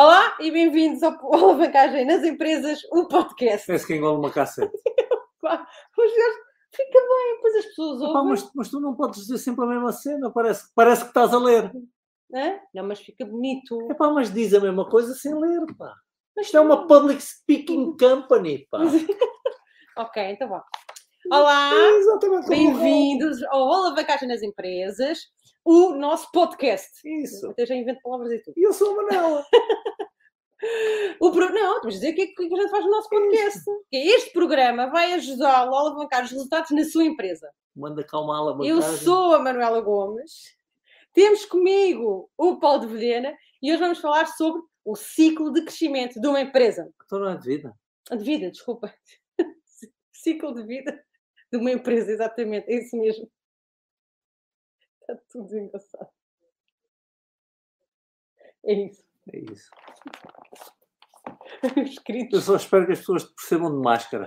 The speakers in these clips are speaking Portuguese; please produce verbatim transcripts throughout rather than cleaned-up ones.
Olá e bem-vindos ao Alavancagem nas Empresas, o podcast. Parece que engole uma cassete. Os senhores, fica bem, depois as pessoas Epá, ouvem. mas, mas tu não podes dizer sempre a mesma cena, parece, parece que estás a ler. Hã? Não, mas fica bonito. Epá, mas diz a mesma coisa sem ler, pá. Mas Isto é uma public speaking company, pá. Ok, então vá. Olá, É exatamente como bem-vindos ao Alavancagem nas Empresas, o nosso podcast. Isso. Até já invento palavras e tudo. E eu sou a Manela. O pro... Não, vamos dizer o que é que a gente faz no nosso podcast. Que é este programa vai ajudá-lo a alavancar os resultados na sua empresa. Manda calma a alavancagem. Eu sou a Manuela Gomes. Temos comigo o Paulo de Vilhena e hoje vamos falar sobre o ciclo de crescimento de uma empresa. Então não é de vida. De vida, desculpa. Ciclo de vida de uma empresa, exatamente. É isso mesmo. Está tudo engraçado. É isso. É isso. Escritos. Eu só espero que as pessoas te percebam de máscara.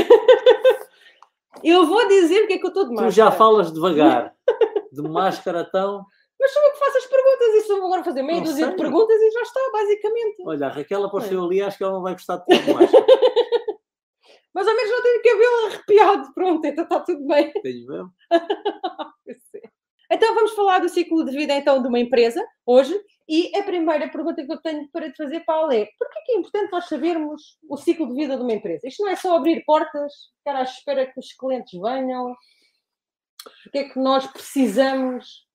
Eu vou dizer o que é que eu estou de máscara. Tu já falas devagar. De máscara, então... Mas sou eu que faço as perguntas e só vou agora fazer meia Não dúzia de sei. perguntas e já está, basicamente. Olha, a Raquel apareceu É. ali, acho que ela não vai gostar de ter de máscara. Mas ao menos não tenho o cabelo arrepiado. Pronto, então está tudo bem. Tens mesmo? Então vamos falar do ciclo de vida então de uma empresa, hoje. E a primeira pergunta que eu tenho para te fazer, Paulo, é porquê que é importante nós sabermos o ciclo de vida de uma empresa? Isto não é só abrir portas, ficar à espera que os clientes venham. O que é que nós precisamos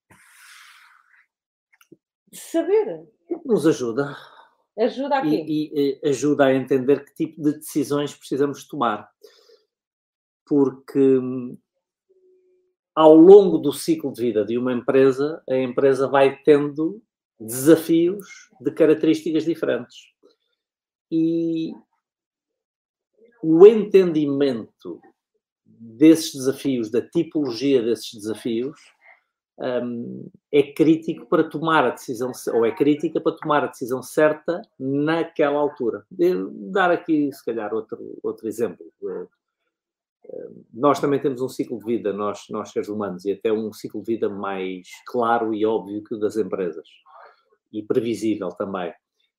de saber? Nos ajuda. Ajuda aqui. E, e ajuda a entender que tipo de decisões precisamos tomar. Porque hum, ao longo do ciclo de vida de uma empresa, a empresa vai tendo desafios de características diferentes. E o entendimento desses desafios, da tipologia desses desafios, Um, é crítico para tomar a decisão, ou é crítica para tomar a decisão certa naquela altura. Eu dar aqui, se calhar, outro, outro exemplo. Uh, uh, nós também temos um ciclo de vida, nós, nós seres humanos, e até um ciclo de vida mais claro e óbvio que o das empresas. E previsível também.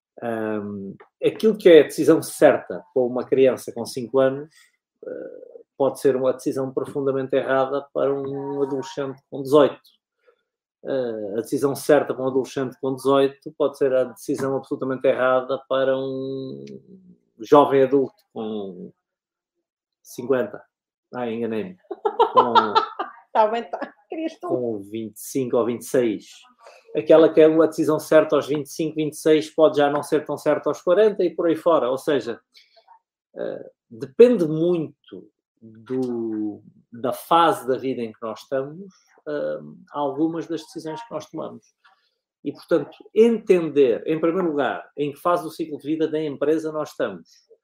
Um, aquilo que é a decisão certa para uma criança com cinco anos uh, pode ser uma decisão profundamente errada para um adolescente com dezoito. Uh, a decisão certa para um adolescente com dezoito pode ser a decisão absolutamente errada para um jovem adulto com cinquenta. Ah, enganei-me. Com, Está bem, está. Querias tu? com vinte e cinco ou vinte e seis. Aquela que é a decisão certa aos vinte e cinco, vinte e seis pode já não ser tão certa aos quarenta e por aí fora. Ou seja, uh, depende muito do, da fase da vida em que nós estamos, uh, algumas das decisões que nós tomamos. E, portanto, entender, em primeiro lugar, em que fase do ciclo de vida da empresa nós estamos,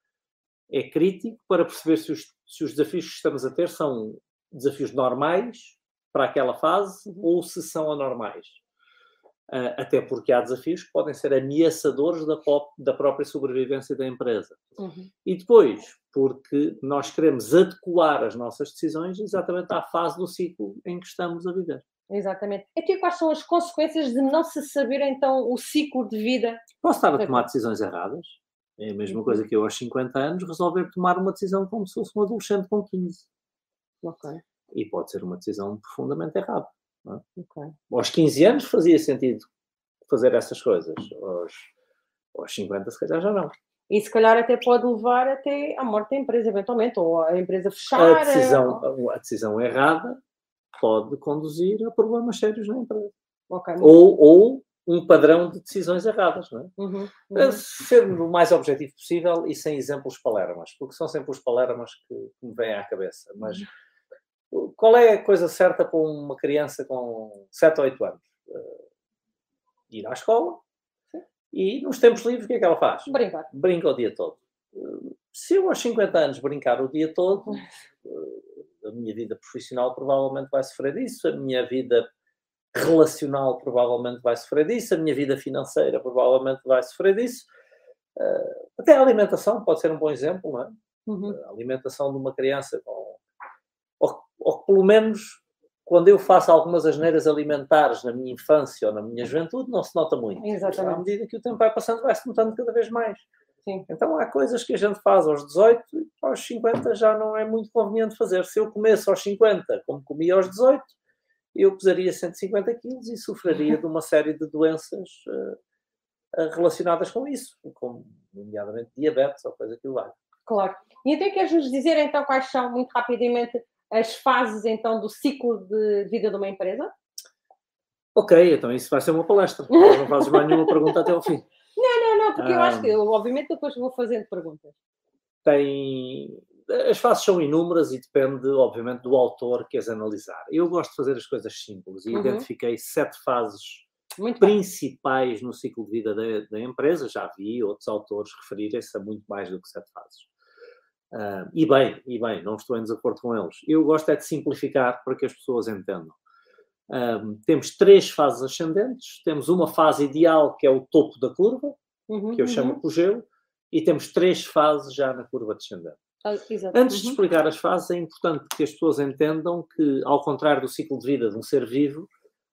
é crítico para perceber se os, se os desafios que estamos a ter são desafios normais para aquela fase uhum. ou se são anormais. Uh, até porque há desafios que podem ser ameaçadores da, pop, da própria sobrevivência da empresa. Uhum. E depois, porque nós queremos adequar as nossas decisões exatamente à fase do ciclo em que estamos a viver. Exatamente. E quais são as consequências de não se saber, então, o ciclo de vida? Posso estar a tomar decisões erradas. É a mesma coisa que eu, aos cinquenta anos, resolver tomar uma decisão como se fosse um adolescente com quinze. Ok. E pode ser uma decisão profundamente errada. Não é? Okay. Aos quinze anos fazia sentido fazer essas coisas. Aos, aos cinquenta, se calhar, já não. E se calhar até pode levar até à morte da empresa, eventualmente, ou a empresa fechar. A decisão, ou... a decisão errada pode conduzir a problemas sérios na empresa. Okay. Ou, ou um padrão de decisões erradas, não é? Uhum, uhum. Ser o mais objetivo possível e sem exemplos palermas, porque são sempre os palermas que, que me vêm à cabeça. Mas uhum. qual é a coisa certa para uma criança com sete ou oito anos? Uh, ir à escola. E nos tempos livres, o que é que ela faz? Brincar. Brinca o dia todo. Se eu aos cinquenta anos brincar o dia todo, a minha vida profissional provavelmente vai sofrer disso, a minha vida relacional provavelmente vai sofrer disso, a minha vida financeira provavelmente vai sofrer disso. Até a alimentação pode ser um bom exemplo, não é? Uhum. A alimentação de uma criança com... Ou, ou pelo menos quando eu faço algumas asneiras alimentares na minha infância ou na minha juventude, não se nota muito. Exatamente. À medida que o tempo vai passando, vai-se notando cada vez mais. Sim. Então há coisas que a gente faz aos dezoito e aos cinquenta já não é muito conveniente fazer. Se eu comesse aos cinquenta como comia aos dezoito, eu pesaria cento e cinquenta quilos e sofreria de uma série de doenças uh, relacionadas com isso, como nomeadamente diabetes ou coisa que vai. Claro. E até queres-nos dizer então quais são, muito rapidamente, as fases então do ciclo de vida de uma empresa? Ok, então isso vai ser uma palestra. Não fazes mais nenhuma pergunta até ao fim. Não, não, não, porque um, eu acho que eu, obviamente, depois vou fazendo perguntas. Tem... As fases são inúmeras e depende, obviamente, do autor que as analisar. Eu gosto de fazer as coisas simples e uhum. identifiquei sete fases muito principais bem. No ciclo de vida da, da empresa. Já vi outros autores referirem-se a muito mais do que sete fases. Uh, e bem, e bem, não estou em desacordo com eles. Eu gosto é de simplificar para que as pessoas entendam. Um, temos três fases ascendentes. Temos uma fase ideal, que é o topo da curva, uhum, que eu uhum. chamo apogeu, e temos três fases já na curva descendente. Ah, Antes uhum. de explicar as fases, é importante que as pessoas entendam que, ao contrário do ciclo de vida de um ser vivo,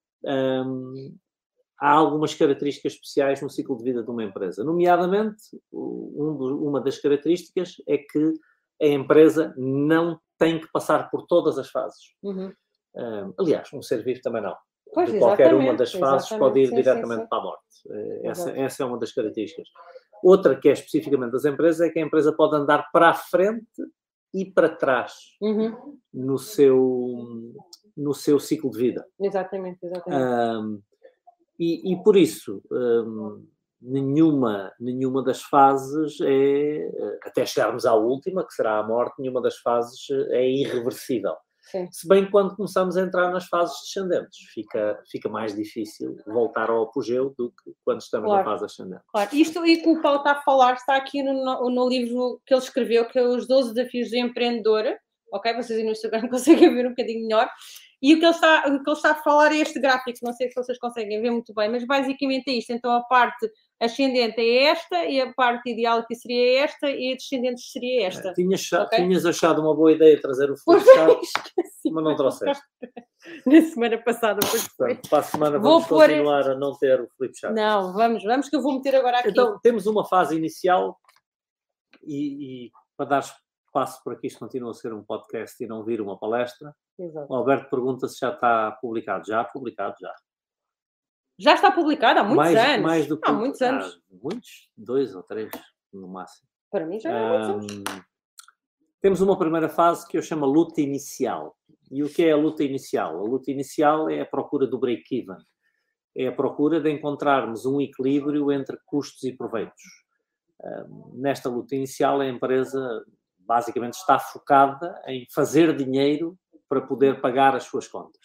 um, há algumas características especiais no ciclo de vida de uma empresa. Nomeadamente, um do, uma das características é que a empresa não tem que passar por todas as fases. Uhum. Um, aliás, um ser vivo também não. Pois, de qualquer uma das fases pode ir sim, diretamente sim, sim. para a morte. Essa, essa é uma das características. Outra que é especificamente das empresas é que a empresa pode andar para a frente e para trás uhum. no, seu, no seu ciclo de vida. Exatamente, exatamente. Um, e, e por isso, um, nenhuma, nenhuma das fases é, até chegarmos à última, que será a morte, nenhuma das fases é irreversível. Sim. Se bem que quando começamos a entrar nas fases descendentes, fica, fica mais difícil voltar ao apogeu do que quando estamos claro. na fase ascendente. Claro, isto e que o Paulo está a falar está aqui no, no livro que ele escreveu, que é Os doze Desafios do Empreendedor, ok? Vocês aí no Instagram conseguem ver um bocadinho melhor. E o que, ele está, o que ele está a falar é este gráfico, não sei se vocês conseguem ver muito bem, mas basicamente é isto. Então a parte ascendente é esta, e a parte ideal aqui seria esta, e a descendente seria esta. É, tinhas, okay? tinhas achado uma boa ideia trazer o flipchart, mas não trouxeste. Na semana passada, pois foi. Portanto, para a semana vamos Vou continuar pôr... a não ter o flipchart. Não, vamos, vamos que eu vou meter agora aqui. Então, temos uma fase inicial e, e para dar espaço para que isto continue a ser um podcast e não vir uma palestra, exato. O Alberto pergunta se já está publicado. Já publicado, já. Já está publicado há muitos mais, anos. Mais do que... Há muitos anos. Há muitos? Dois ou três, no máximo. Para mim já há muitos anos. Um, temos uma primeira fase que eu chamo a luta inicial. E o que é a luta inicial? A luta inicial é a procura do break-even. É a procura de encontrarmos um equilíbrio entre custos e proveitos. Um, nesta luta inicial, a empresa basicamente está focada em fazer dinheiro para poder pagar as suas contas.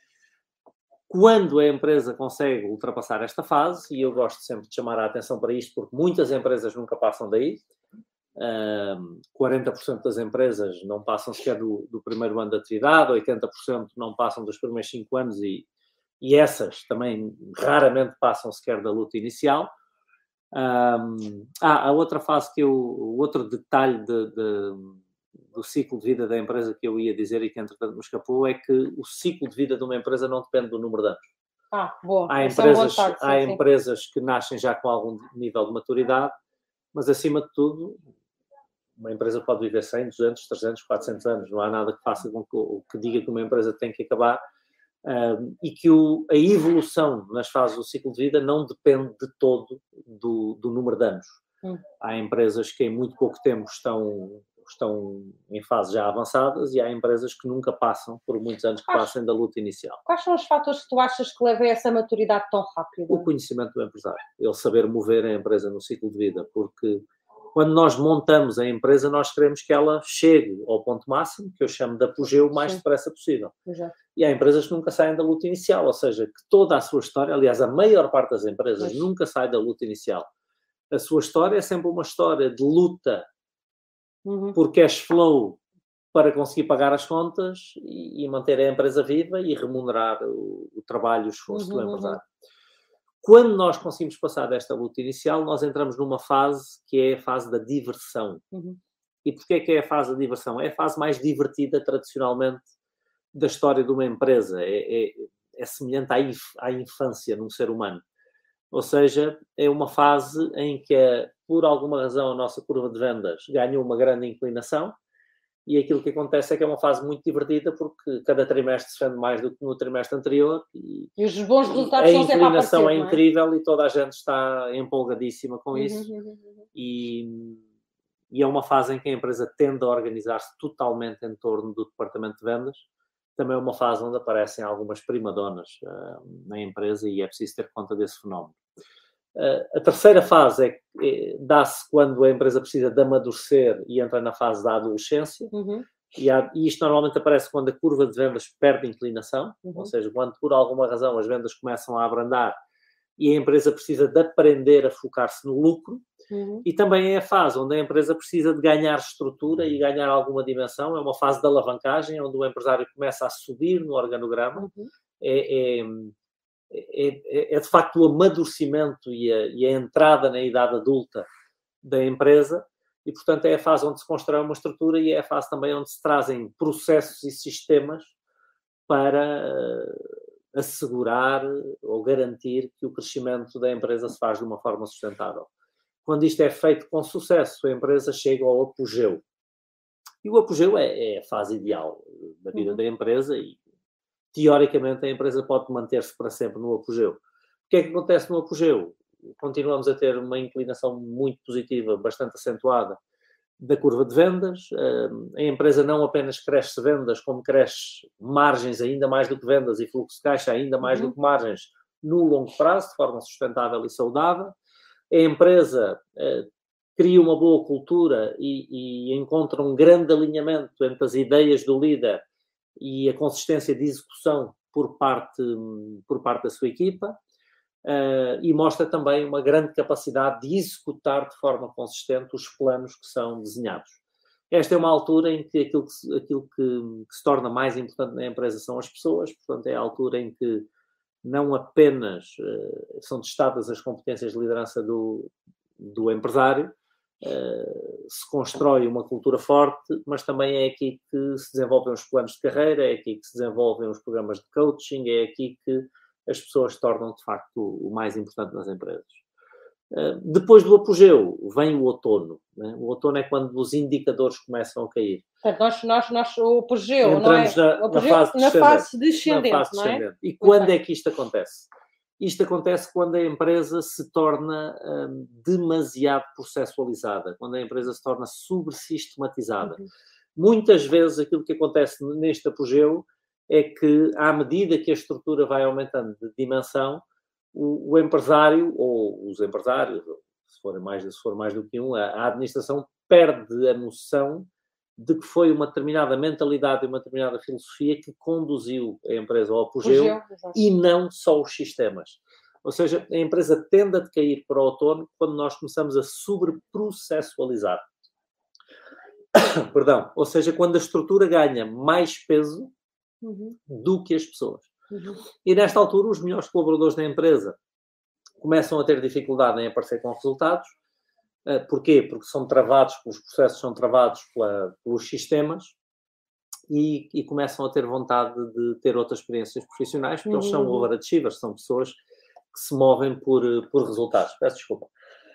Quando a empresa consegue ultrapassar esta fase, e eu gosto sempre de chamar a atenção para isto, porque muitas empresas nunca passam daí, um, quarenta por cento das empresas não passam sequer do, do primeiro ano de atividade, oitenta por cento não passam dos primeiros cinco anos e, e essas também raramente passam sequer da luta inicial. Um, ah, a outra fase que eu, o outro detalhe de, de, do ciclo de vida da empresa que eu ia dizer e que entretanto me escapou é que o ciclo de vida de uma empresa não depende do número de anos. Ah, boa. Há Essa empresas, é uma parte, sim, há sim. empresas que nascem já com algum nível de maturidade, mas acima de tudo uma empresa pode viver cem, duzentos, trezentos, quatrocentos anos. Não há nada que faça com que, que diga que uma empresa tem que acabar. Um, e que o, a evolução nas fases do ciclo de vida não depende de todo do, do número de anos. Hum. Há empresas que em muito pouco tempo estão, estão em fases já avançadas e há empresas que nunca passam por muitos anos que Acho. passem da luta inicial. Quais são os fatores que tu achas que levam a essa maturidade tão rápida? O conhecimento do empresário. Ele saber mover a empresa no ciclo de vida, porque quando nós montamos a empresa, nós queremos que ela chegue ao ponto máximo, que eu chamo de apogeu, o mais Sim. depressa possível. Exato. E há empresas que nunca saem da luta inicial, ou seja, que toda a sua história, aliás, a maior parte das empresas Mas... nunca sai da luta inicial. A sua história é sempre uma história de luta uhum. por cash flow para conseguir pagar as contas e, e manter a empresa viva e remunerar o, o trabalho e o esforço uhum, do empresário. Uhum. Quando nós conseguimos passar desta luta inicial, nós entramos numa fase que é a fase da diversão. Uhum. E porquê é que é a fase da diversão? É a fase mais divertida, tradicionalmente, da história de uma empresa. É, é, é semelhante à, inf, à infância num ser humano. Ou seja, é uma fase em que, por alguma razão, a nossa curva de vendas ganhou uma grande inclinação e aquilo que acontece é que é uma fase muito divertida porque cada trimestre se vende mais do que no trimestre anterior e, e os bons resultados a são sempre a aparecer, inclinação é não é? incrível e toda a gente está empolgadíssima com Uhum, isso uhum, uhum. E, e é uma fase em que a empresa tende a organizar-se totalmente em torno do departamento de vendas. Também é uma fase onde aparecem algumas primadonas uh, na empresa e é preciso ter conta desse fenómeno. Uh, a terceira fase é, é, dá-se quando a empresa precisa de amadurecer e entra na fase da adolescência. Uhum. E, há, e isto normalmente aparece quando a curva de vendas perde inclinação, uhum. ou seja, quando por alguma razão as vendas começam a abrandar e a empresa precisa de aprender a focar-se no lucro. Uhum. E também é a fase onde a empresa precisa de ganhar estrutura e ganhar alguma dimensão. É uma fase de alavancagem, onde o empresário começa a subir no organograma. Uhum. É, é, é, é de facto o amadurecimento e a, e a entrada na idade adulta da empresa. E, portanto, é a fase onde se constrói uma estrutura e é a fase também onde se trazem processos e sistemas para assegurar ou garantir que o crescimento da empresa se faz de uma forma sustentável. Quando isto é feito com sucesso, a empresa chega ao apogeu. E o apogeu é, é a fase ideal da vida uhum. da empresa e, teoricamente, a empresa pode manter-se para sempre no apogeu. O que é que acontece no apogeu? Continuamos a ter uma inclinação muito positiva, bastante acentuada, da curva de vendas. A empresa não apenas cresce vendas, como cresce margens ainda mais do que vendas e fluxo de caixa ainda mais uhum. do que margens no longo prazo, de forma sustentável e saudável. A empresa eh, cria uma boa cultura e, e encontra um grande alinhamento entre as ideias do líder e a consistência de execução por parte, por parte da sua equipa. Uh, e mostra também uma grande capacidade de executar de forma consistente os planos que são desenhados. Esta é uma altura em que aquilo que se, aquilo que, que se torna mais importante na empresa são as pessoas, portanto é a altura em que não apenas uh, são testadas as competências de liderança do, do empresário, uh, se constrói uma cultura forte, mas também é aqui que se desenvolvem os planos de carreira, é aqui que se desenvolvem os programas de coaching, é aqui que as pessoas se tornam, de facto, o mais importante nas empresas. Uh, depois do apogeu, vem o outono. Né? O outono é quando os indicadores começam a cair. Portanto, nós, nós, nós, o apogeu, Entramos não é? na, o apogeu, na fase descendente. Na fase descendente, na fase descendente. Não é? E quando é que isto acontece? Isto acontece quando a empresa se torna um, demasiado processualizada, quando a empresa se torna sobresistematizada. Uhum. Muitas vezes aquilo que acontece neste apogeu é que, à medida que a estrutura vai aumentando de dimensão, o, o empresário, ou os empresários, se for mais, se for mais do que um, a, a administração perde a noção de que foi uma determinada mentalidade e uma determinada filosofia que conduziu a empresa ao apogeu, apogeu e não só os sistemas. Ou seja, a empresa tende a decair para o outono quando nós começamos a sobreprocessualizar. Perdão. Ou seja, quando a estrutura ganha mais peso Uhum. do que as pessoas. Uhum. E nesta altura os melhores colaboradores da empresa começam a ter dificuldade em aparecer com resultados. Uh, porquê? Porque são travados, os processos são travados pela, pelos sistemas e, e começam a ter vontade de ter outras experiências profissionais, porque uhum. eles são overachievers, são pessoas que se movem por, por resultados. Peço desculpa.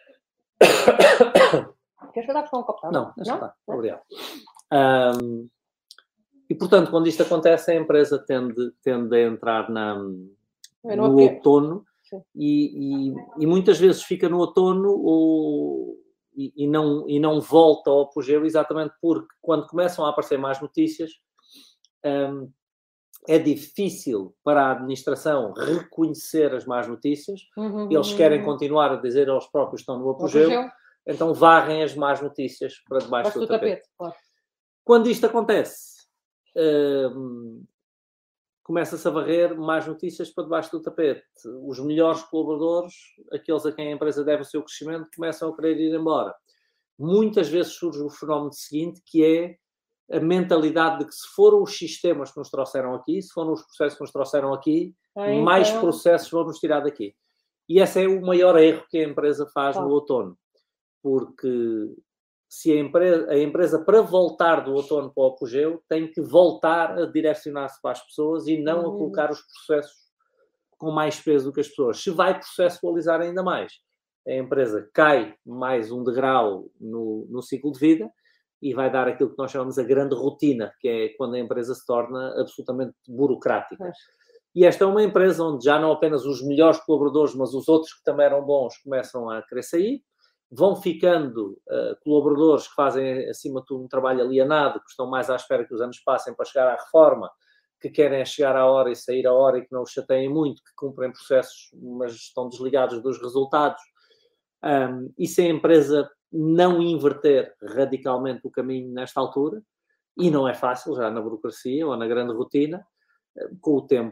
Queres que eu dá-te com um copo? Não, deixa estar. Obrigado. Um, E, portanto, quando isto acontece, a empresa tende, tende a entrar na, no outono e, e, e muitas vezes fica no outono ou, e, e, não, e não volta ao apogeu, exatamente porque quando começam a aparecer mais notícias, um, é difícil para a administração reconhecer as más notícias. Uhum, Eles querem uhum. continuar a dizer aos próprios que estão no apogeu, apogeu. Então varrem as más notícias para debaixo do, do tapete. tapete claro. Quando isto acontece, Uh, começa-se a varrer mais notícias para debaixo do tapete. Os melhores colaboradores, aqueles a quem a empresa deve o seu crescimento, começam a querer ir embora. Muitas vezes surge o fenómeno seguinte, que é a mentalidade de que se foram os sistemas que nos trouxeram aqui, se foram os processos que nos trouxeram aqui, é, então... mais processos vão nos tirar daqui. E esse é o maior erro que a empresa faz ah. no outono. Porque se a empresa, a empresa, para voltar do outono para o apogeu, tem que voltar a direcionar-se para as pessoas e não uhum. a colocar os processos com mais peso do que as pessoas. Se vai processualizar ainda mais, a empresa cai mais um degrau no, no ciclo de vida e vai dar aquilo que nós chamamos a grande rotina, que é quando a empresa se torna absolutamente burocrática. Mas... E esta é uma empresa onde já não apenas os melhores colaboradores, mas os outros que também eram bons começam a querer sair. Vão ficando uh, colaboradores que fazem, acima de tudo, um trabalho alienado, que estão mais à espera que os anos passem para chegar à reforma, que querem chegar à hora e sair à hora e que não os chateiem muito, que cumprem processos, mas estão desligados dos resultados. Um, e se a empresa não inverter radicalmente o caminho nesta altura, e não é fácil, já na burocracia ou na grande rotina, com o tempo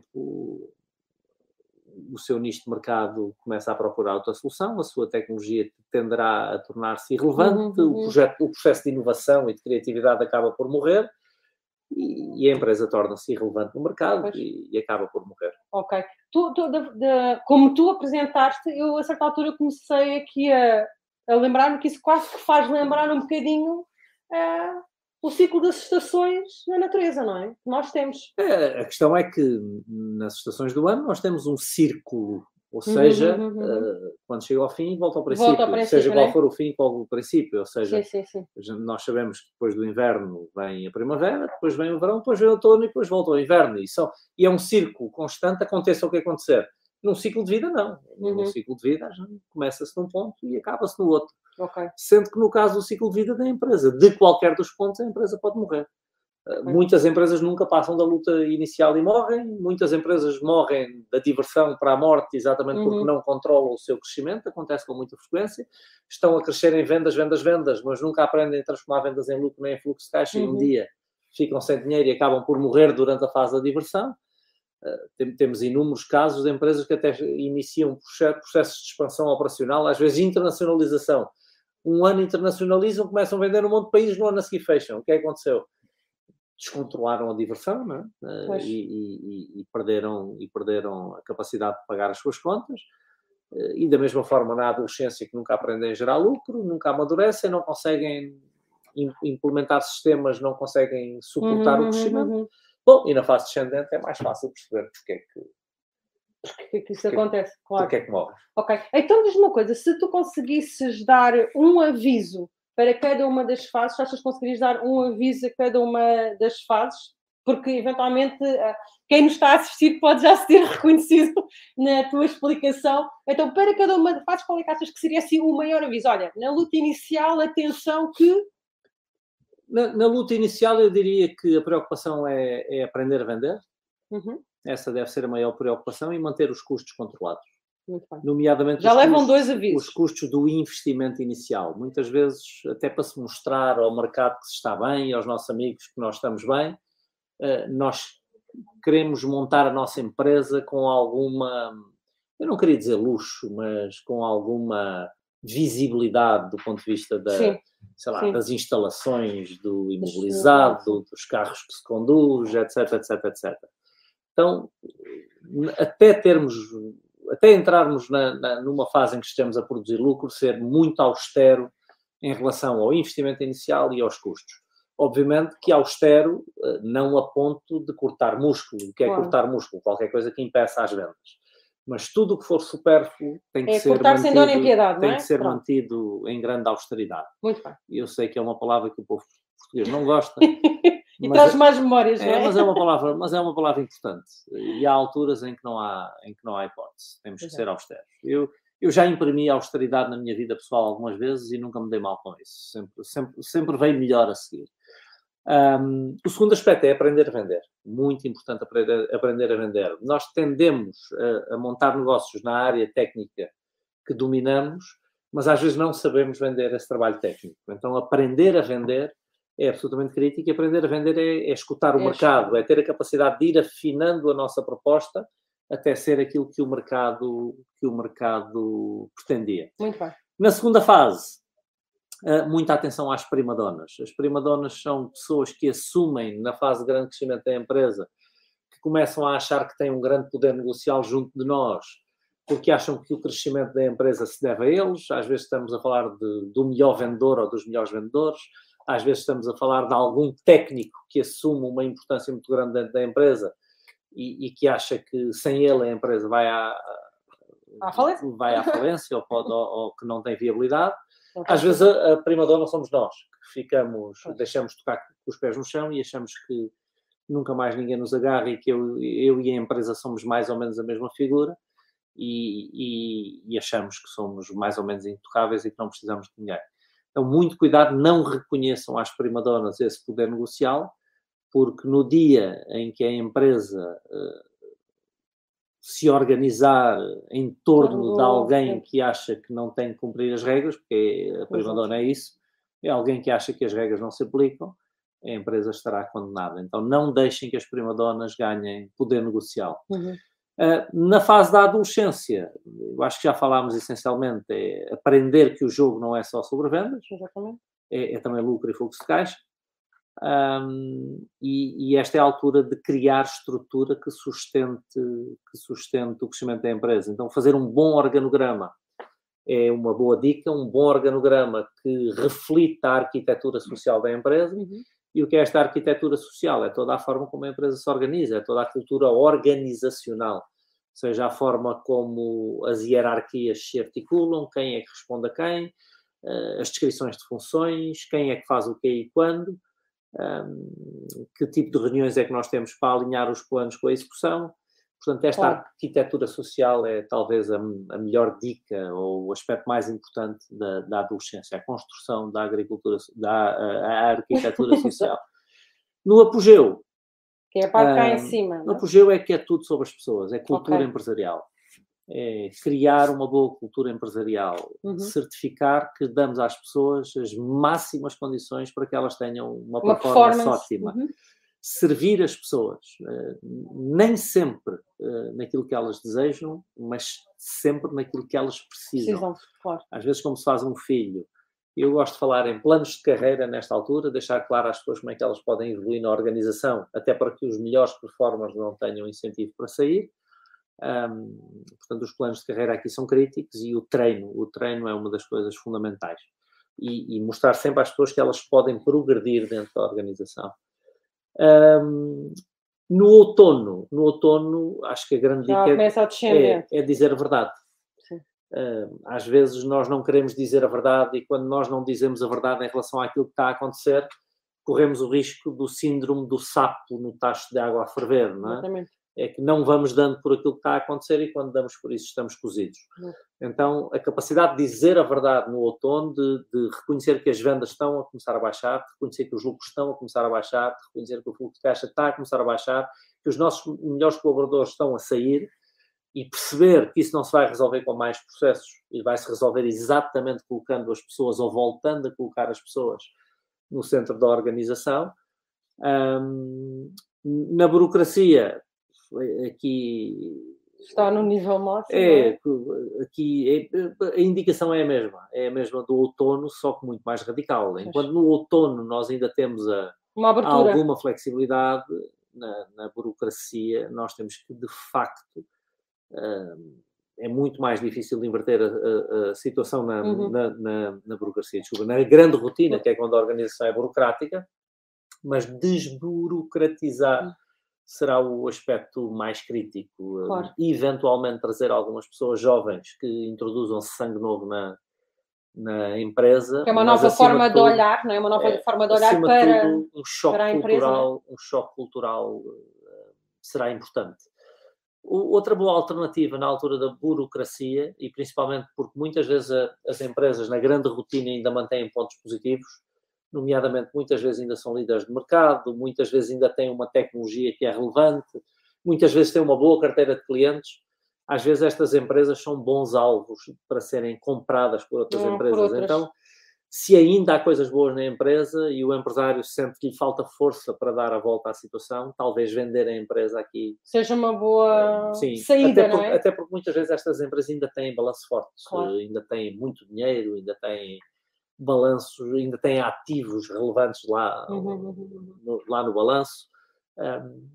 o seu nicho de mercado começa a procurar outra solução, a sua tecnologia tenderá a tornar-se irrelevante, uhum, uhum. O, projeto, o processo de inovação e de criatividade acaba por morrer e, e a empresa torna-se irrelevante no mercado e, e acaba por morrer. Ok. Tu, tu, de, de, como tu apresentaste, eu a certa altura comecei aqui a, a lembrar-me que isso quase que faz lembrar um bocadinho uh, o ciclo das estações na natureza, não é? Que nós temos. É, a questão é que nas estações do ano nós temos um círculo, ou seja, uhum, uhum, uhum. Uh, quando chega ao fim, volta ao princípio, volta ao princípio seja qual for o fim, qual o princípio, ou seja, sim, sim, sim. nós sabemos que depois do inverno vem a primavera, depois vem o verão, depois vem o outono e depois volta ao inverno. E, só, e é um círculo constante, aconteça o que acontecer. Num ciclo de vida, não. Uhum. Num ciclo de vida, começa-se num ponto e acaba-se no outro. Okay. Sendo que no caso do ciclo de vida da empresa, de qualquer dos pontos, a empresa pode morrer. Okay. Muitas empresas nunca passam da luta inicial e morrem. Muitas empresas morrem da diversão para a morte exatamente porque uhum. não controlam o seu crescimento. Acontece com muita frequência. Estão a crescer em vendas, vendas, vendas, mas nunca aprendem a transformar vendas em lucro nem em fluxo de caixa uhum. e um dia ficam sem dinheiro e acabam por morrer durante a fase da diversão. Uh, temos inúmeros casos de empresas que até iniciam processos de expansão operacional, às vezes internacionalização. Um ano internacionalizam, começam a vender num monte de países, no ano a seguir fecham. O que é que aconteceu? Descontrolaram a diversão, não é? Uh, e, e, e, perderam, e perderam a capacidade de pagar as suas contas. Uh, e da mesma forma na adolescência, que nunca aprendem a gerar lucro, nunca amadurecem, não conseguem implementar sistemas, não conseguem suportar uhum, o crescimento. Uhum. Bom, e na fase descendente é mais fácil perceber porque é que, porque é que isso porque, acontece, claro. Porque é que morre. Ok, então diz-me uma coisa, se tu conseguisses dar um aviso para cada uma das fases, achas que conseguirias dar um aviso a cada uma das fases? Porque, eventualmente, quem nos está a assistir pode já se ter reconhecido na tua explicação. Então, para cada uma das fases, qual é que achas que seria assim o maior aviso? Olha, na luta inicial, atenção que... Na, na luta inicial, eu diria que a preocupação é, é aprender a vender. Uhum. Essa deve ser a maior preocupação e manter os custos controlados. Muito bem. Nomeadamente já os levam custos, dois avisos. Os custos do investimento inicial. Muitas vezes, até para se mostrar ao mercado que se está bem e aos nossos amigos que nós estamos bem, nós queremos montar a nossa empresa com alguma, eu não queria dizer luxo, mas com alguma visibilidade do ponto de vista da, sei lá, das instalações, do imobilizado, dos carros que se conduz, etc, etc, etcétera. Então, até termos, até entrarmos na, na, numa fase em que estamos a produzir lucro, ser muito austero em relação ao investimento inicial e aos custos. Obviamente que austero não a ponto de cortar músculo. O que é claro. cortar músculo? Qualquer coisa que impeça as vendas. Mas tudo o que for supérfluo tem que é ser, mantido, sem dor nem piedade, tem não é? que ser Pronto. mantido em grande austeridade. Muito bem. Eu sei que é uma palavra que o povo português não gosta. E traz é, mais memórias, é, não é? Mas é, uma palavra, mas é uma palavra importante. E há alturas em que não há, em que não há hipótese. Temos que Exato. ser austeros. Eu, eu já imprimi a austeridade na minha vida pessoal algumas vezes e nunca me dei mal com isso. Sempre, sempre, sempre veio melhor a seguir. Um, o segundo aspecto é aprender a vender. Muito importante aprender, aprender a vender. Nós tendemos a, a montar negócios na área técnica que dominamos, mas às vezes não sabemos vender esse trabalho técnico. Então, aprender a vender é absolutamente crítico e aprender a vender é, é escutar o é mercado, escutar. é ter a capacidade de ir afinando a nossa proposta até ser aquilo que o mercado, que o mercado pretendia. Muito bem. Na segunda fase, Uh, muita atenção às primadonas. As primadonas são pessoas que assumem, na fase de grande crescimento da empresa, que começam a achar que têm um grande poder negocial junto de nós porque acham que o crescimento da empresa se deve a eles. Às vezes estamos a falar de, do melhor vendedor ou dos melhores vendedores. Às vezes estamos a falar de algum técnico que assume uma importância muito grande dentro da empresa e, e que acha que sem ele a empresa vai à, à falência, vai à falência ou, pode, ou, ou que não tem viabilidade. Às vezes a, a prima-dona somos nós, que ficamos, deixamos tocar com os pés no chão e achamos que nunca mais ninguém nos agarra e que eu, eu e a empresa somos mais ou menos a mesma figura e, e, e achamos que somos mais ou menos intocáveis e que não precisamos de ninguém. Então, muito cuidado, não reconheçam às primadonas esse poder negocial, porque no dia em que a empresa uh, se organizar em torno de alguém que acha que não tem que cumprir as regras, porque a primadona é isso, é alguém que acha que as regras não se aplicam, a empresa estará condenada. Então, não deixem que as primadonas ganhem poder negocial. Uhum. Uh, na fase da adolescência, eu acho que já falámos essencialmente, é aprender que o jogo não é só sobre vendas, é, é também lucro e fluxo de caixa, um, e, e esta é a altura de criar estrutura que sustente, que sustente o crescimento da empresa. Então, fazer um bom organograma é uma boa dica, um bom organograma que reflita a arquitetura social da empresa. Uhum. E o que é esta arquitetura social? É toda a forma como a empresa se organiza, é toda a cultura organizacional, ou seja, a forma como as hierarquias se articulam, quem é que responde a quem, as descrições de funções, quem é que faz o quê e quando, que tipo de reuniões é que nós temos para alinhar os planos com a execução. Portanto, esta claro. arquitetura social é talvez a, a melhor dica ou o aspecto mais importante da, da adolescência, a construção da agricultura, da a, a arquitetura social. No apogeu, que é a parte cá em cima. No apogeu é que é tudo sobre as pessoas, é cultura okay. empresarial. É criar uma boa cultura empresarial, uhum. certificar que damos às pessoas as máximas condições para que elas tenham uma, uma performance, performance ótima. Uhum. Servir as pessoas, nem sempre naquilo que elas desejam, mas sempre naquilo que elas precisam. precisam claro. Às vezes, como se faz um filho. Eu gosto de falar em planos de carreira nesta altura, deixar claro às pessoas como é que elas podem evoluir na organização, até para que os melhores performers não tenham incentivo para sair. Um, portanto, os planos de carreira aqui são críticos e o treino, o treino é uma das coisas fundamentais. E, e mostrar sempre às pessoas que elas podem progredir dentro da organização. Um, no outono, no outono, acho que a grande Já dica é, é dizer a verdade. Sim. Uh, às vezes nós não queremos dizer a verdade e quando nós não dizemos a verdade em relação àquilo que está a acontecer, corremos o risco do síndrome do sapo no tacho de água a ferver, não é? Exatamente. É que não vamos dando por aquilo que está a acontecer e quando damos por isso estamos cozidos. Uhum. Então, a capacidade de dizer a verdade no outono, de, de reconhecer que as vendas estão a começar a baixar, de reconhecer que os lucros estão a começar a baixar, de reconhecer que o fluxo de caixa está a começar a baixar, que os nossos melhores colaboradores estão a sair e perceber que isso não se vai resolver com mais processos e vai se resolver exatamente colocando as pessoas ou voltando a colocar as pessoas no centro da organização. Um, na burocracia, aqui está no nível máximo. É, é? aqui é, a indicação é a mesma, é a mesma do outono, só que muito mais radical. Enquanto no outono nós ainda temos a, Uma abertura. alguma flexibilidade na, na burocracia, nós temos que de facto um, é muito mais difícil de inverter a, a, a situação na, uhum. na, na, na burocracia, desculpa, na grande rotina, que é quando a organização é burocrática, mas desburocratizar uhum. será o aspecto mais crítico. Claro. E, eventualmente, trazer algumas pessoas jovens que introduzam sangue novo na, na empresa. Que é uma nova forma de, tudo, de olhar, não é? Uma nova é, forma de olhar para, tudo, um choque para a empresa. Cultural, um choque cultural uh, será importante. O, outra boa alternativa na altura da burocracia, e principalmente porque muitas vezes a, as empresas, na grande rotina, ainda mantêm pontos positivos, nomeadamente muitas vezes ainda são líderes de mercado, muitas vezes ainda têm uma tecnologia que é relevante, muitas vezes têm uma boa carteira de clientes. Às vezes estas empresas são bons alvos para serem compradas por outras Não, empresas. Por outras. Então, se ainda há coisas boas na empresa e o empresário sente que lhe falta força para dar a volta à situação, talvez vender a empresa aqui seja uma boa sim, saída, até não porque, é? Até porque muitas vezes estas empresas ainda têm balanço fortes, claro. ainda têm muito dinheiro, ainda têm balanços, ainda têm ativos relevantes lá, uhum, uhum. no, lá no balanço. Um,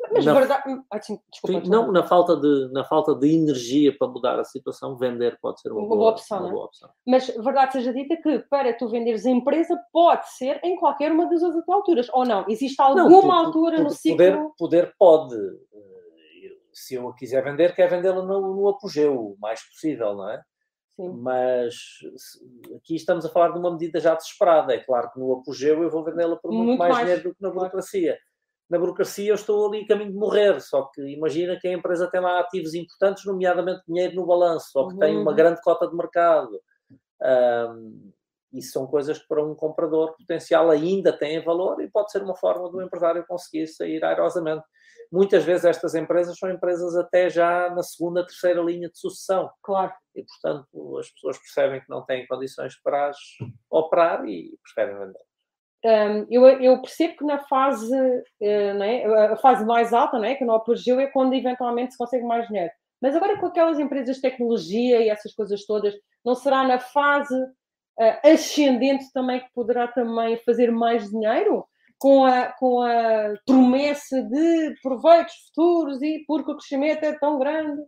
Mas na, verdade... Ah, sim, desculpa, sim, não, na falta, de, na falta de energia para mudar a situação, vender pode ser uma, uma boa, boa opção, uma não é? boa opção. Mas verdade seja dita que para tu venderes a empresa pode ser em qualquer uma das outras alturas, ou não? Existe alguma não, tu, altura tu, no poder, ciclo? Poder pode. Se eu a quiser vender, quer vendê-la no, no apogeu, o mais possível, não é? Sim. Mas aqui estamos a falar de uma medida já desesperada. É claro que no apogeu eu vou vendê-la por muito, muito mais, mais dinheiro do que na burocracia. Claro. Na burocracia eu estou ali a caminho de morrer, só que imagina que a empresa tem lá ativos importantes, nomeadamente dinheiro no balanço, ou que uhum. tem uma grande cota de mercado. Um, isso são coisas que para um comprador potencial ainda têm valor e pode ser uma forma do empresário conseguir sair airosamente. Muitas vezes estas empresas são empresas até já na segunda, terceira linha de sucessão. Claro. E, portanto, as pessoas percebem que não têm condições para as operar e preferem vender. Um, eu, eu percebo que na fase, uh, não é? A fase mais alta, não é? Que no apogeu é quando eventualmente se consegue mais dinheiro. Mas agora com aquelas empresas de tecnologia e essas coisas todas, não será na fase uh, ascendente também que poderá também fazer mais dinheiro? Com a, com a promessa de proveitos futuros e porque o crescimento é tão grande?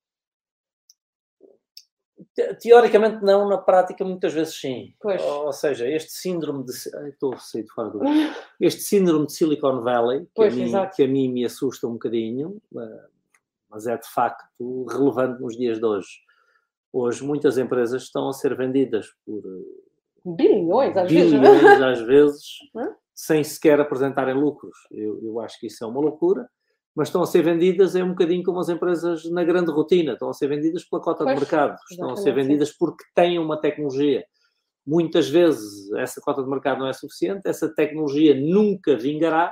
Teoricamente não, na prática muitas vezes sim. Pois. Ou seja, este síndrome de... Ai, estou a sair de fora do... Este síndrome de Silicon Valley, que, pois, a mim, que a mim me assusta um bocadinho, mas é de facto relevante nos dias de hoje. Hoje muitas empresas estão a ser vendidas por... Bilhões, às bilhões, vezes. Bilhões, às vezes, sem sequer apresentarem lucros. Eu, eu acho que isso é uma loucura. Mas estão a ser vendidas, é um bocadinho como as empresas na grande rotina, estão a ser vendidas pela cota pois, de mercado, estão a ser vendidas sim. porque têm uma tecnologia. Muitas vezes essa cota de mercado não é suficiente, essa tecnologia nunca vingará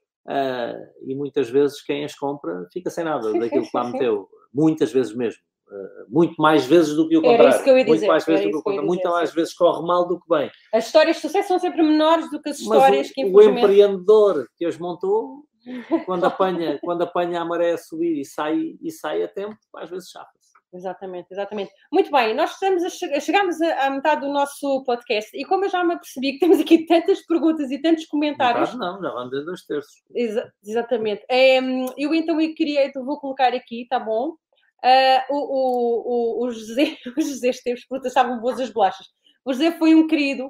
uh, e muitas vezes quem as compra fica sem nada daquilo que lá meteu. Muitas vezes mesmo. Uh, muito mais vezes do que o contrário. Era isso que eu ia dizer. Muito mais vezes do que o contrário. Muito mais vezes corre mal do que bem. As histórias de sucesso são sempre menores do que as histórias Mas o, que infelizmente... o empreendedor que as montou... Quando apanha, quando apanha a maré a subir e sai, e sai a tempo, às vezes chafa-se. Exatamente, exatamente. Muito bem, nós estamos a che chegamos à metade do nosso podcast e como eu já me apercebi que temos aqui tantas perguntas e tantos comentários... Metade não, já vão desde dois terços. Exa exatamente. É, eu então eu queria, então vou colocar aqui, tá bom? Uh, o, o, o, o José, o José esteve, perguntas, estavam boas as bolachas. O José foi um querido.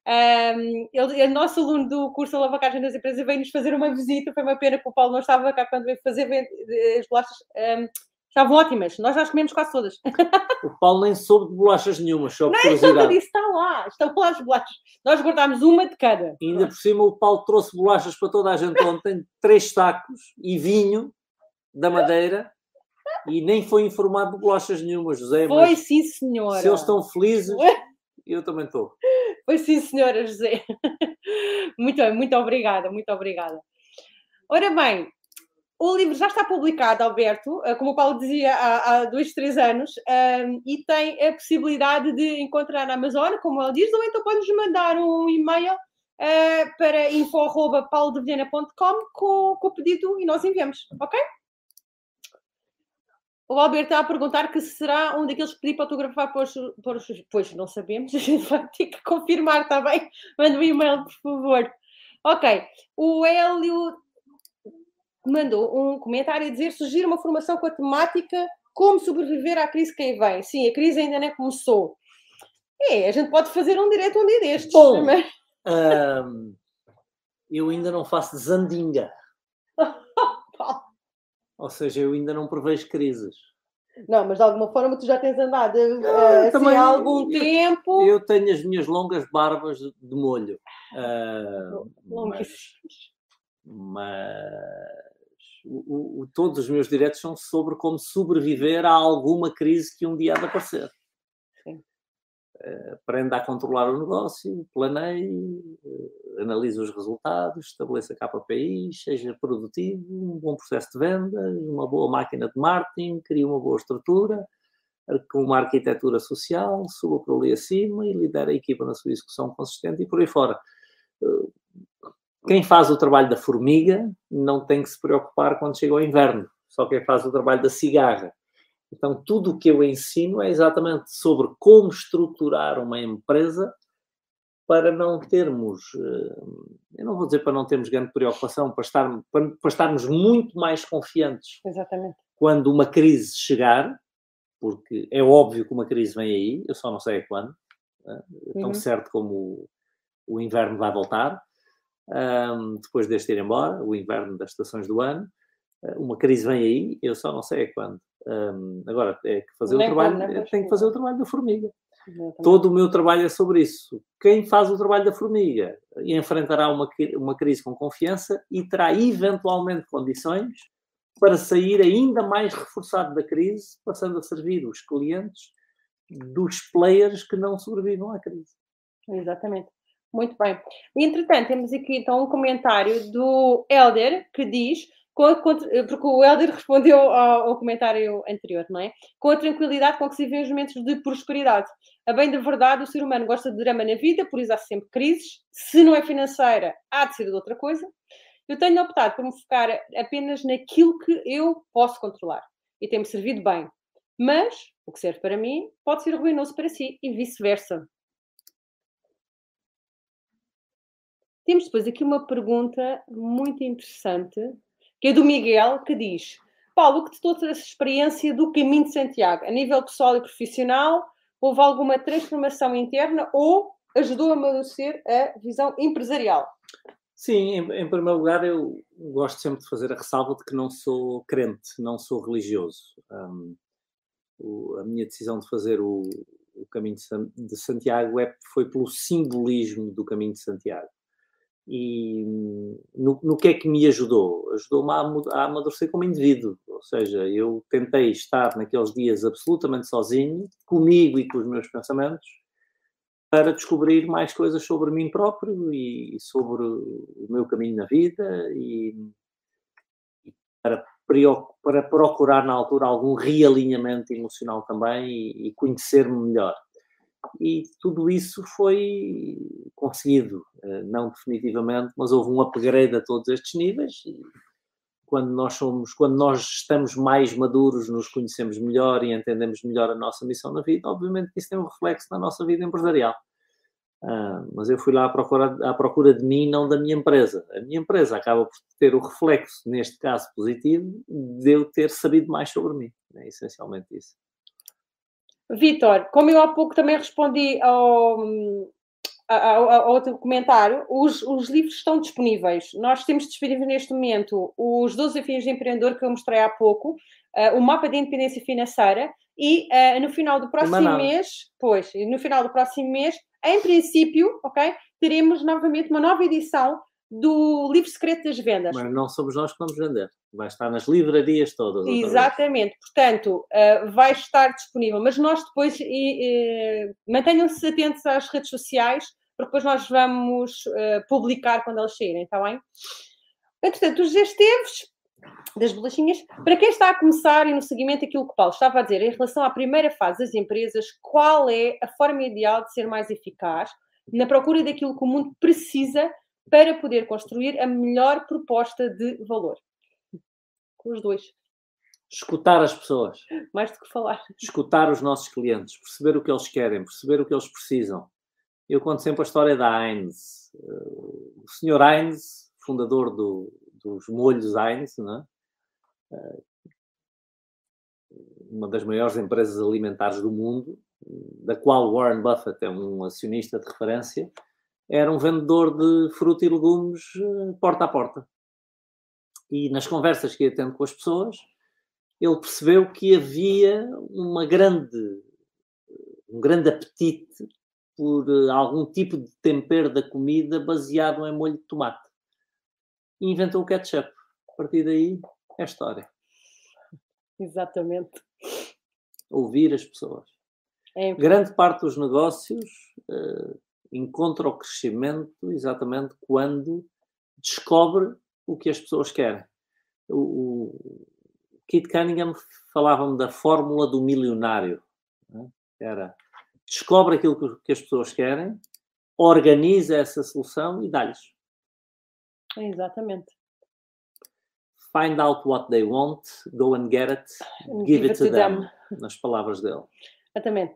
Um, ele é nosso aluno do curso Alavancagem das Empresas, veio-nos fazer uma visita. Foi uma pena que o Paulo não estava cá quando veio fazer as bolachas. Um, estavam ótimas, nós já as comemos quase todas. O Paulo nem soube de bolachas nenhuma, só por curiosidade. Não, disse, está lá, estão lá as bolachas. Nós guardámos uma de cada. E ainda por cima o Paulo trouxe bolachas para toda a gente ontem, três sacos e vinho da Madeira. E nem foi informado de bolachas nenhuma, José. Foi, mas sim, senhora. Se eles estão felizes, eu também estou. Foi sim, senhora José. Muito bem, muito obrigada, muito obrigada. Ora bem, o livro já está publicado, Alberto, como o Paulo dizia, há, há dois, três anos, um, e tem a possibilidade de encontrar na Amazon, como ele diz, ou então pode-nos mandar um e-mail uh, para info arroba paulo de vilhena ponto com com, com o pedido e nós enviamos, ok? O Alberto está a perguntar que será um daqueles que pedi para autografar para os, para os... Pois, não sabemos. A gente vai ter que confirmar, está bem? Manda um e-mail, por favor. Ok. O Hélio mandou um comentário a dizer: sugiro uma formação com a temática como sobreviver à crise que aí vem. Sim, a crise ainda nem começou. É, a gente pode fazer um direto um dia destes. Bom, mas... um, eu ainda não faço zandinga. Ou seja, eu ainda não prevejo crises. Não, mas de alguma forma tu já tens andado uh, assim, há algum eu, tempo. Eu tenho as minhas longas barbas de molho. Uh, mas mas o, o, todos os meus diretos são sobre como sobreviver a alguma crise que um dia há de aparecer. Sim. Uh, aprenda a controlar o negócio, planeie, uh, analise os resultados, estabeleça K P Is, seja produtivo, um bom processo de vendas, uma boa máquina de marketing, crie uma boa estrutura, com uma arquitetura social, suba por ali acima e lidera a equipa na sua execução consistente e por aí fora. Uh, quem faz o trabalho da formiga não tem que se preocupar quando chega o inverno, só quem faz o trabalho da cigarra. Então, tudo o que eu ensino é exatamente sobre como estruturar uma empresa para não termos, eu não vou dizer para não termos grande preocupação, para, estar, para, para estarmos muito mais confiantes. Exatamente. Quando uma crise chegar, porque é óbvio que uma crise vem aí, eu só não sei a quando, tão uhum. certo como o, o inverno vai voltar, um, depois deste ir embora, o inverno das estações do ano, uma crise vem aí, eu só não sei a quando. Um, agora, é que fazer Nem o trabalho, como, nem tem que fazer o trabalho da formiga. Exatamente. Todo o meu trabalho é sobre isso. Quem faz o trabalho da formiga enfrentará uma, uma crise com confiança e terá eventualmente condições para sair ainda mais reforçado da crise, passando a servir os clientes dos players que não sobrevivam à crise. Exatamente. Muito bem. Entretanto, temos aqui então um comentário do Helder que diz, porque o Helder respondeu ao, ao comentário anterior, não é? Com a tranquilidade com que se vê os momentos de prosperidade. A bem da verdade, o ser humano gosta de drama na vida, por isso há sempre crises. Se não é financeira, há de ser de outra coisa. Eu tenho optado por me focar apenas naquilo que eu posso controlar. E tem-me servido bem. Mas o que serve para mim pode ser ruinoso para si e vice-versa. Temos depois aqui uma pergunta muito interessante, que é do Miguel, que diz: Paulo, o que te trouxe essa experiência do Caminho de Santiago? A nível pessoal e profissional, houve alguma transformação interna ou ajudou a amadurecer a visão empresarial? Sim, em, em primeiro lugar, eu gosto sempre de fazer a ressalva de que não sou crente, não sou religioso. Um, o, a minha decisão de fazer o, o Caminho de Santiago é, foi pelo simbolismo do Caminho de Santiago. E no, no que é que me ajudou? Ajudou-me a, a amadurecer como indivíduo. Ou seja, eu tentei estar naqueles dias absolutamente sozinho, comigo e com os meus pensamentos, para descobrir mais coisas sobre mim próprio e sobre o meu caminho na vida e, e para, para procurar na altura algum realinhamento emocional também e, e conhecer-me melhor. E tudo isso foi conseguido, não definitivamente, mas houve um upgrade a todos estes níveis. E quando nós somos, quando nós estamos mais maduros, nos conhecemos melhor e entendemos melhor a nossa missão na vida, obviamente que isso tem um reflexo na nossa vida empresarial. Ah, mas eu fui lá à procura, à procura de mim, não da minha empresa. A minha empresa acaba por ter o reflexo, neste caso positivo, de eu ter sabido mais sobre mim. É essencialmente isso. Vítor, como eu há pouco também respondi ao, ao, ao outro comentário, os, os livros estão disponíveis. Nós temos disponíveis neste momento os doze desafios de empreendedor que eu mostrei há pouco, uh, o mapa de independência financeira e uh, no final do próximo mês, pois, no final do próximo mês, em princípio, ok, teremos novamente uma nova edição do Livro Secreto das Vendas. Mas não somos nós que vamos vender. Vai estar nas livrarias todas. Exatamente. Portanto, uh, vai estar disponível. Mas nós depois e, e, mantenham-se atentos às redes sociais, porque depois nós vamos uh, publicar quando elas saírem, está bem? Entretanto, os Esteves das bolachinhas, para quem está a começar e no seguimento daquilo que o Paulo estava a dizer, em relação à primeira fase das empresas, qual é a forma ideal de ser mais eficaz na procura daquilo que o mundo precisa para poder construir a melhor proposta de valor? Com os dois. Escutar as pessoas. Mais do que falar. Escutar os nossos clientes, perceber o que eles querem, perceber o que eles precisam. Eu conto sempre a história da Heinz. O senhor Heinz, fundador do, dos molhos Heinz, não é? Uma das maiores empresas alimentares do mundo, da qual Warren Buffett é um acionista de referência, era um vendedor de fruta e legumes porta a porta. E nas conversas que ia tendo com as pessoas, ele percebeu que havia uma grande, um grande apetite por algum tipo de tempero da comida baseado em molho de tomate. E inventou o ketchup. A partir daí, é história. Exatamente. Ouvir as pessoas. É grande parte dos negócios uh, encontra o crescimento exatamente quando descobre o que as pessoas querem. O, o Kit Cunningham falava-me da fórmula do milionário. Né? Era, descobre aquilo que, que as pessoas querem, organiza essa solução e dá-lhes. Exatamente. Find out what they want, go and get it, and give, give it to them. them. Nas palavras dele. Exatamente.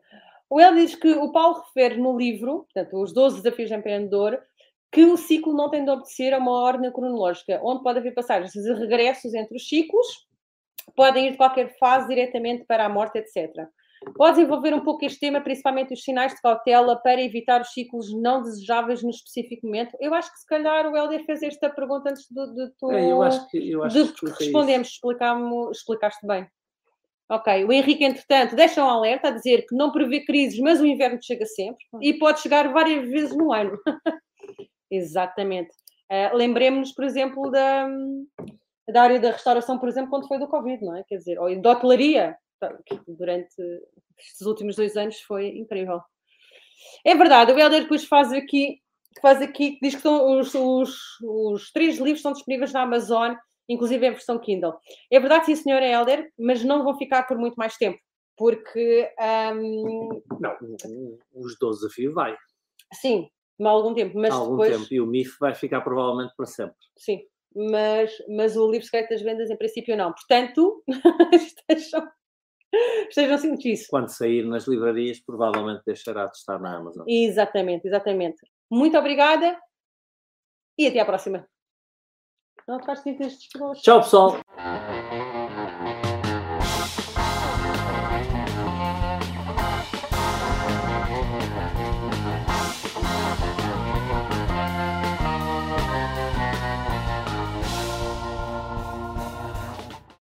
O El diz que o Paulo refere no livro, portanto, os doze desafios de empreendedor, que o ciclo não tem de obedecer a uma ordem cronológica, onde pode haver passagens e regressos entre os ciclos, podem ir de qualquer fase diretamente para a morte, etcétera. Pode desenvolver um pouco este tema, principalmente os sinais de cautela, para evitar os ciclos não desejáveis no específico momento. Eu acho que se calhar o Helder fez esta pergunta antes de, de tu É, eu acho que, eu acho de que respondemos, explicámos, explicaste bem. Ok, o Henrique, entretanto, deixa um alerta a dizer que não prevê crises, mas o inverno chega sempre e pode chegar várias vezes no ano. Exatamente. Uh, lembremos-nos, por exemplo, da, da área da restauração, por exemplo, quando foi do Covid, não é? Quer dizer, ou da hotelaria, durante estes últimos dois anos foi incrível. É verdade, o Helder depois faz aqui, faz aqui, diz que são os, os, os três livros estão disponíveis na Amazon, inclusive em versão Kindle. É verdade, sim, senhora Helder, mas não vão ficar por muito mais tempo, porque... Um... Não, os doze desafios vai. Sim, há algum tempo, mas há algum depois... tempo, e o M I F vai ficar provavelmente para sempre. Sim, mas, mas o livro secreto das vendas, em princípio, não. Portanto, estejam... Estejam cientes disso. Quando sair nas livrarias, provavelmente deixará de estar na Amazon. Exatamente, exatamente. Muito obrigada e até à próxima. Não te faz sentido estes. Tchau, pessoal!